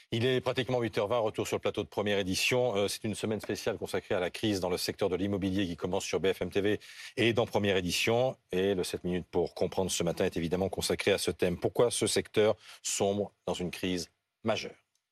Il est pratiquement 8h20, retour sur le plateau de première édition. C'est une semaine spéciale consacrée à la crise dans le secteur de l'immobilier qui commence sur BFM TV et dans première édition. Et le 7 minutes pour comprendre ce matin est évidemment consacré à ce thème. Pourquoi ce secteur sombre dans une crise majeure ?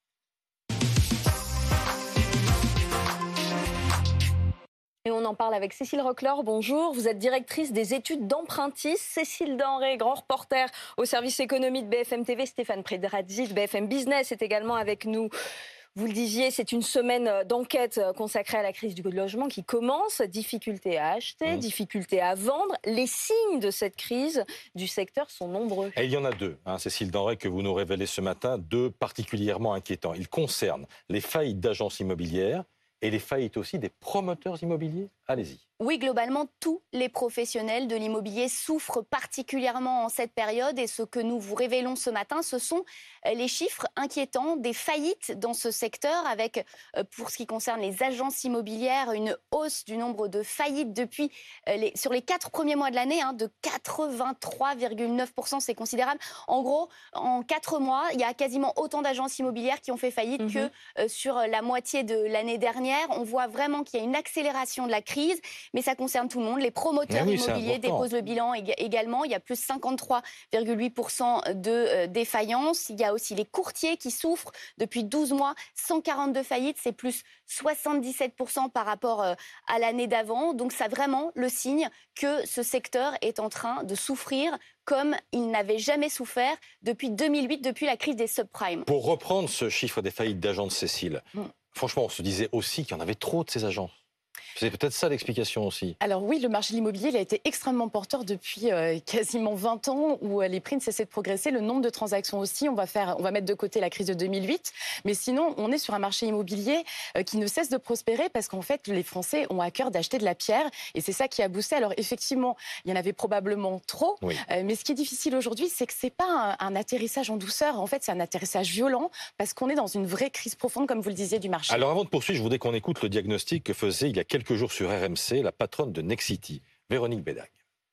Et on en parle avec Cécile Roclor. Bonjour, vous êtes directrice des études d'Empruntis. Cécile Denré, grand reporter au service économie de BFM TV. Stéphane Prédrazi de BFM Business est également avec nous. Vous le disiez, c'est une semaine d'enquête consacrée à la crise du logement qui commence. Difficulté à acheter, difficulté à vendre. Les signes de cette crise du secteur sont nombreux. Et il y en a deux, Cécile Denré, que vous nous révélez ce matin, deux particulièrement inquiétants. Ils concernent les faillites d'agences immobilières et les faillites aussi des promoteurs immobiliers. Allez-y. Oui, globalement, tous les professionnels de l'immobilier souffrent particulièrement en cette période. Et ce que nous vous révélons ce matin, ce sont les chiffres inquiétants des faillites dans ce secteur, avec, pour ce qui concerne les agences immobilières, une hausse du nombre de faillites depuis sur les 4 premiers mois de l'année, de 83,9%. C'est considérable. En gros, en 4 mois, il y a quasiment autant d'agences immobilières qui ont fait faillite que sur la moitié de l'année dernière. On voit vraiment qu'il y a une accélération de la crise. Mais ça concerne tout le monde. Les promoteurs immobiliers déposent le bilan également. Il y a plus 53,8% de défaillances. Il y a aussi les courtiers qui souffrent depuis 12 mois. 142 faillites, c'est plus 77% par rapport à l'année d'avant. Donc c'est vraiment le signe que ce secteur est en train de souffrir comme il n'avait jamais souffert depuis 2008, depuis la crise des subprimes. Pour reprendre ce chiffre des faillites d'agences, Cécile, franchement, on se disait aussi qu'il y en avait trop de ces agences. C'est peut-être ça l'explication aussi. Alors oui, le marché de l'immobilier il a été extrêmement porteur depuis quasiment 20 ans où les prix ne cessaient de progresser, le nombre de transactions aussi. On va mettre de côté la crise de 2008, mais sinon on est sur un marché immobilier qui ne cesse de prospérer parce qu'en fait les Français ont à cœur d'acheter de la pierre et c'est ça qui a boosté. Alors effectivement, il y en avait probablement trop, mais ce qui est difficile aujourd'hui, c'est que c'est pas un atterrissage en douceur. En fait, c'est un atterrissage violent parce qu'on est dans une vraie crise profonde, comme vous le disiez, du marché. Alors avant de poursuivre, je voudrais qu'on écoute le diagnostic que faisait il y a quelques jours sur RMC la patronne de Nexity, Véronique Bédague.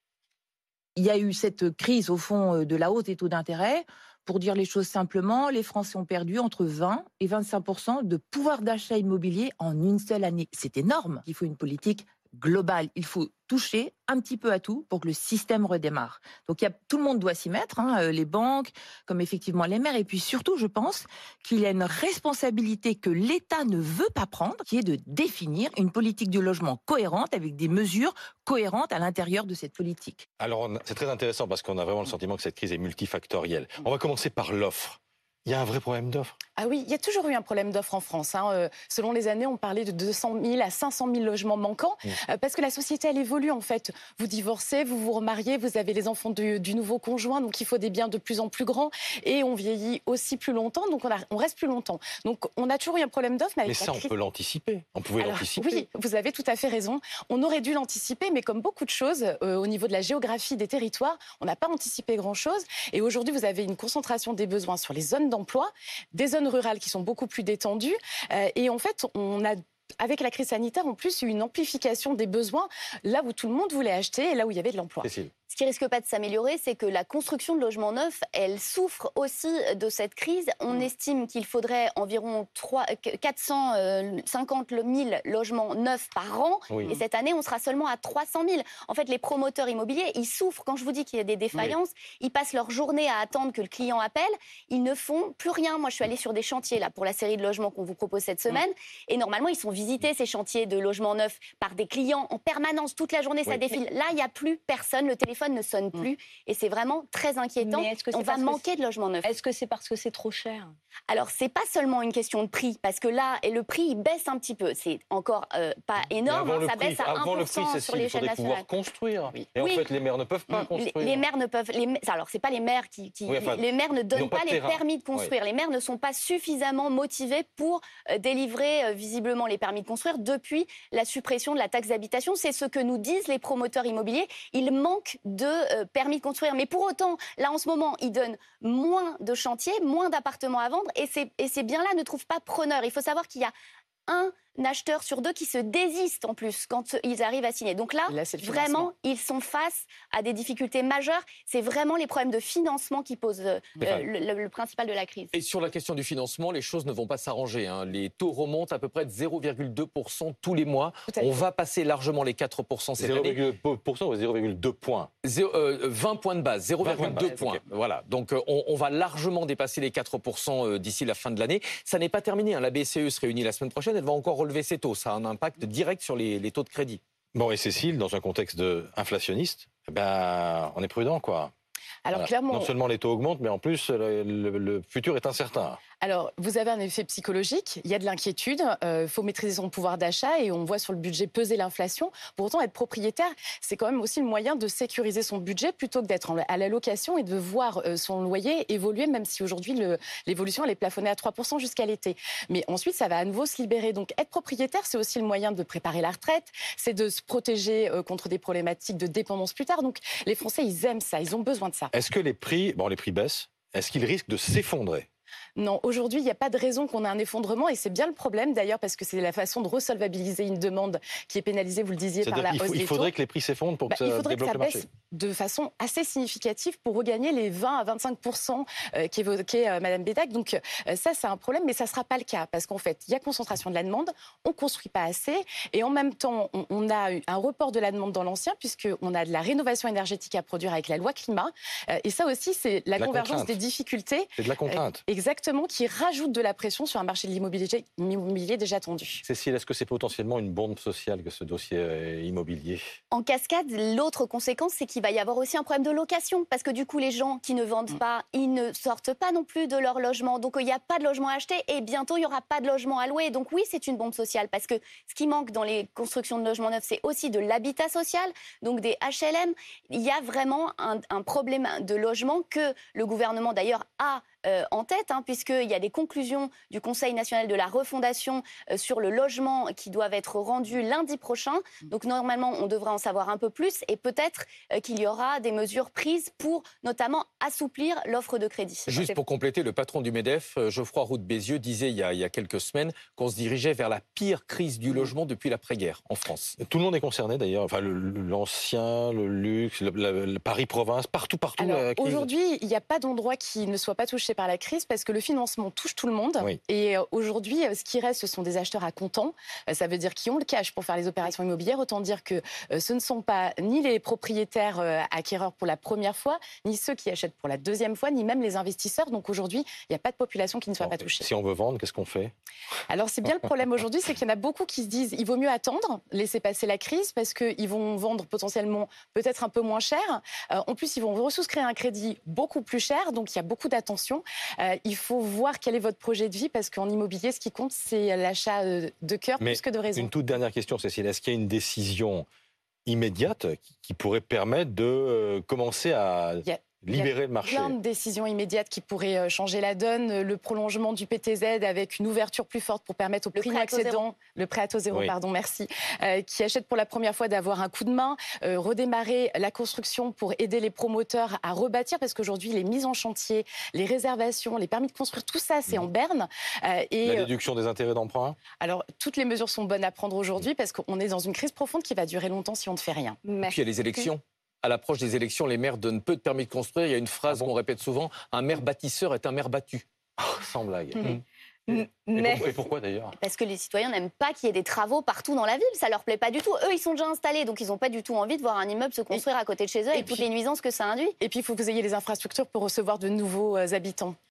Il y a eu cette crise au fond de la hausse des taux d'intérêt. Pour dire les choses simplement, les Français ont perdu entre 20 et 25% de pouvoir d'achat immobilier en une seule année. C'est énorme. Il faut une politique globale. Il faut toucher un petit peu à tout pour que le système redémarre. Donc tout le monde doit s'y mettre, les banques, comme effectivement les maires. Et puis surtout, je pense qu'il y a une responsabilité que l'État ne veut pas prendre, qui est de définir une politique du logement cohérente avec des mesures cohérentes à l'intérieur de cette politique. Alors c'est très intéressant parce qu'on a vraiment le sentiment que cette crise est multifactorielle. On va commencer par l'offre. Il y a un vrai problème d'offre. Ah oui, il y a toujours eu un problème d'offre en France. Selon les années, on parlait de 200 000 à 500 000 logements manquants. Parce que la société, elle évolue en fait. Vous divorcez, vous vous remariez, vous avez les enfants du nouveau conjoint. Donc il faut des biens de plus en plus grands. Et on vieillit aussi plus longtemps. Donc on reste plus longtemps. Donc on a toujours eu un problème d'offre. Mais ça, on peut l'anticiper. On pouvait l'anticiper. Oui, vous avez tout à fait raison. On aurait dû l'anticiper. Mais comme beaucoup de choses, au niveau de la géographie des territoires, on n'a pas anticipé grand-chose. Et aujourd'hui, vous avez une concentration des besoins sur les zones d'emploi, des zones rurales qui sont beaucoup plus détendues. Et en fait, on a, avec la crise sanitaire, en plus, eu une amplification des besoins là où tout le monde voulait acheter et là où il y avait de l'emploi. Ce qui risque pas de s'améliorer, c'est que la construction de logements neufs, elle souffre aussi de cette crise. On estime qu'il faudrait environ 450 000 logements neufs par an. Et cette année, on sera seulement à 300 000. En fait, les promoteurs immobiliers, ils souffrent. Quand je vous dis qu'il y a des défaillances, ils passent leur journée à attendre que le client appelle. Ils ne font plus rien. Moi, je suis allée sur des chantiers là, pour la série de logements qu'on vous propose cette semaine. Et normalement, ils sont visités, ces chantiers de logements neufs, par des clients en permanence. Toute la journée, ça défile. Là, il n'y a plus personne. Le téléphone ne sonne plus et c'est vraiment très inquiétant. On va manquer de logements neufs. Est-ce que c'est parce que c'est trop cher ? Alors, c'est pas seulement une question de prix, parce que là, le prix, il baisse un petit peu. C'est encore pas énorme, ça baisse à 1% sur l'échelle nationale. Il faudrait pouvoir construire. Et en fait, les maires ne peuvent pas construire. Les maires ne peuvent... Alors, c'est pas les maires les maires ne donnent pas les permis de construire. Les maires ne sont pas suffisamment motivés pour délivrer visiblement les permis de construire depuis la suppression de la taxe d'habitation. C'est ce que nous disent les promoteurs immobiliers. Il manque de permis de construire. Mais pour autant, là, en ce moment, ils donnent moins de chantiers, moins d'appartements à vendre. Et ces biens-là ne trouvent pas preneur. Il faut savoir qu'il y a un acheteur sur 2 qui se désiste en plus quand ils arrivent à signer. Donc là vraiment, ils sont face à des difficultés majeures. C'est vraiment les problèmes de financement qui posent le principal de la crise. Et sur la question du financement, les choses ne vont pas s'arranger, hein. Les taux remontent à peu près de 0,2% tous les mois. On va passer largement les 4% cette année. 0,2% ou 0,2 points 20 points de base, 0,2 points. Okay. Voilà. Donc on va largement dépasser les 4% d'ici la fin de l'année. Ça n'est pas terminé, hein. La BCE se réunit la semaine prochaine, elle va encore relever ses taux. Ça a un impact direct sur les taux de crédit. Bon, et Cécile, dans un contexte inflationniste, on est prudent, quoi. Alors voilà. clairement, non seulement les taux augmentent, mais en plus, le futur est incertain. Alors, vous avez un effet psychologique, il y a de l'inquiétude, faut maîtriser son pouvoir d'achat et on voit sur le budget peser l'inflation. Pour autant, être propriétaire, c'est quand même aussi le moyen de sécuriser son budget plutôt que d'être à la location et de voir son loyer évoluer, même si aujourd'hui, l'évolution elle est plafonnée à 3% jusqu'à l'été. Mais ensuite, ça va à nouveau se libérer. Donc, être propriétaire, c'est aussi le moyen de préparer la retraite, c'est de se protéger contre des problématiques de dépendance plus tard. Donc, les Français, ils aiment ça, ils ont besoin de ça. Est-ce que les prix baissent? Est-ce qu'ils risquent de s'effondrer? Non, aujourd'hui, il n'y a pas de raison qu'on ait un effondrement et c'est bien le problème d'ailleurs parce que c'est la façon de resolvabiliser une demande qui est pénalisée, vous le disiez, par la hausse des taux. Il faudrait que les prix s'effondrent pour que ça débloque le marché. Il faudrait que ça baisse de façon assez significative pour regagner les 20 à 25% qu'évoquait Mme Bédac. Donc ça, c'est un problème, mais ça ne sera pas le cas parce qu'en fait, il y a concentration de la demande, on ne construit pas assez et en même temps, on a un report de la demande dans l'ancien puisqu'on a de la rénovation énergétique à produire avec la loi climat. Et ça aussi, c'est la convergence des difficultés. C'est de la contrainte. Exactement, qui rajoute de la pression sur un marché de l'immobilier déjà tendu. Cécile, est-ce que c'est potentiellement une bombe sociale que ce dossier immobilier? En cascade, l'autre conséquence, c'est qu'il va y avoir aussi un problème de location. Parce que du coup, les gens qui ne vendent pas, ils ne sortent pas non plus de leur logement. Donc, il n'y a pas de logement à acheter et bientôt, il n'y aura pas de logement à louer. Donc oui, c'est une bombe sociale. Parce que ce qui manque dans les constructions de logements neufs, c'est aussi de l'habitat social, donc des HLM. Il y a vraiment un problème de logement que le gouvernement, d'ailleurs, a en tête, puisqu'il y a des conclusions du Conseil national de la refondation sur le logement qui doivent être rendues lundi prochain. Donc normalement, on devrait en savoir un peu plus et peut-être qu'il y aura des mesures prises pour notamment assouplir l'offre de crédit. Juste pour compléter, le patron du MEDEF, Geoffroy Roux de Bézieux, disait il y a quelques semaines qu'on se dirigeait vers la pire crise du logement depuis l'après-guerre en France. Tout le monde est concerné d'ailleurs, enfin, l'ancien, le luxe, le Paris-Province, partout. Aujourd'hui, il n'y a pas d'endroit qui ne soit pas touché par la crise parce que le financement touche tout le monde. Oui. Et aujourd'hui, ce qui reste, ce sont des acheteurs à comptant. Ça veut dire qui ont le cash pour faire les opérations immobilières. Autant dire que ce ne sont pas ni les propriétaires acquéreurs pour la première fois, ni ceux qui achètent pour la deuxième fois, ni même les investisseurs. Donc aujourd'hui, il n'y a pas de population qui ne soit pas touchée. Si on veut vendre, qu'est-ce qu'on fait? Alors c'est bien le problème aujourd'hui, c'est qu'il y en a beaucoup qui se disent il vaut mieux attendre, laisser passer la crise parce qu'ils vont vendre potentiellement peut-être un peu moins cher. En plus, ils vont ressouscrire un crédit beaucoup plus cher, donc il y a beaucoup d'attention. Il faut voir quel est votre projet de vie parce qu'en immobilier, ce qui compte, c'est l'achat de cœur plus que de raison. Une toute dernière question, Cécile. Est-ce qu'il y a une décision immédiate qui pourrait permettre de commencer à libérer le marché? Il y a plein de décisions immédiates qui pourraient changer la donne. Le prolongement du PTZ avec une ouverture plus forte pour permettre aux primo-accédants, le prêt à taux zéro, pardon, merci, qui achètent pour la première fois d'avoir un coup de main, redémarrer la construction pour aider les promoteurs à rebâtir parce qu'aujourd'hui, les mises en chantier, les réservations, les permis de construire, tout ça, c'est en berne. Et la déduction des intérêts d'emprunt? Alors, toutes les mesures sont bonnes à prendre aujourd'hui parce qu'on est dans une crise profonde qui va durer longtemps si on ne fait rien. Et puis il y a les élections. À l'approche des élections, les maires donnent peu de permis de construire. Il y a une phrase qu'on répète souvent, un maire bâtisseur est un maire battu. Sans blague. Et pourquoi d'ailleurs? Parce que les citoyens n'aiment pas qu'il y ait des travaux partout dans la ville, ça leur plaît pas du tout. Eux, ils sont déjà installés, donc ils n'ont pas du tout envie de voir un immeuble se construire à côté de chez eux avec toutes les nuisances que ça induit. Et puis, il faut que vous ayez les infrastructures pour recevoir de nouveaux habitants.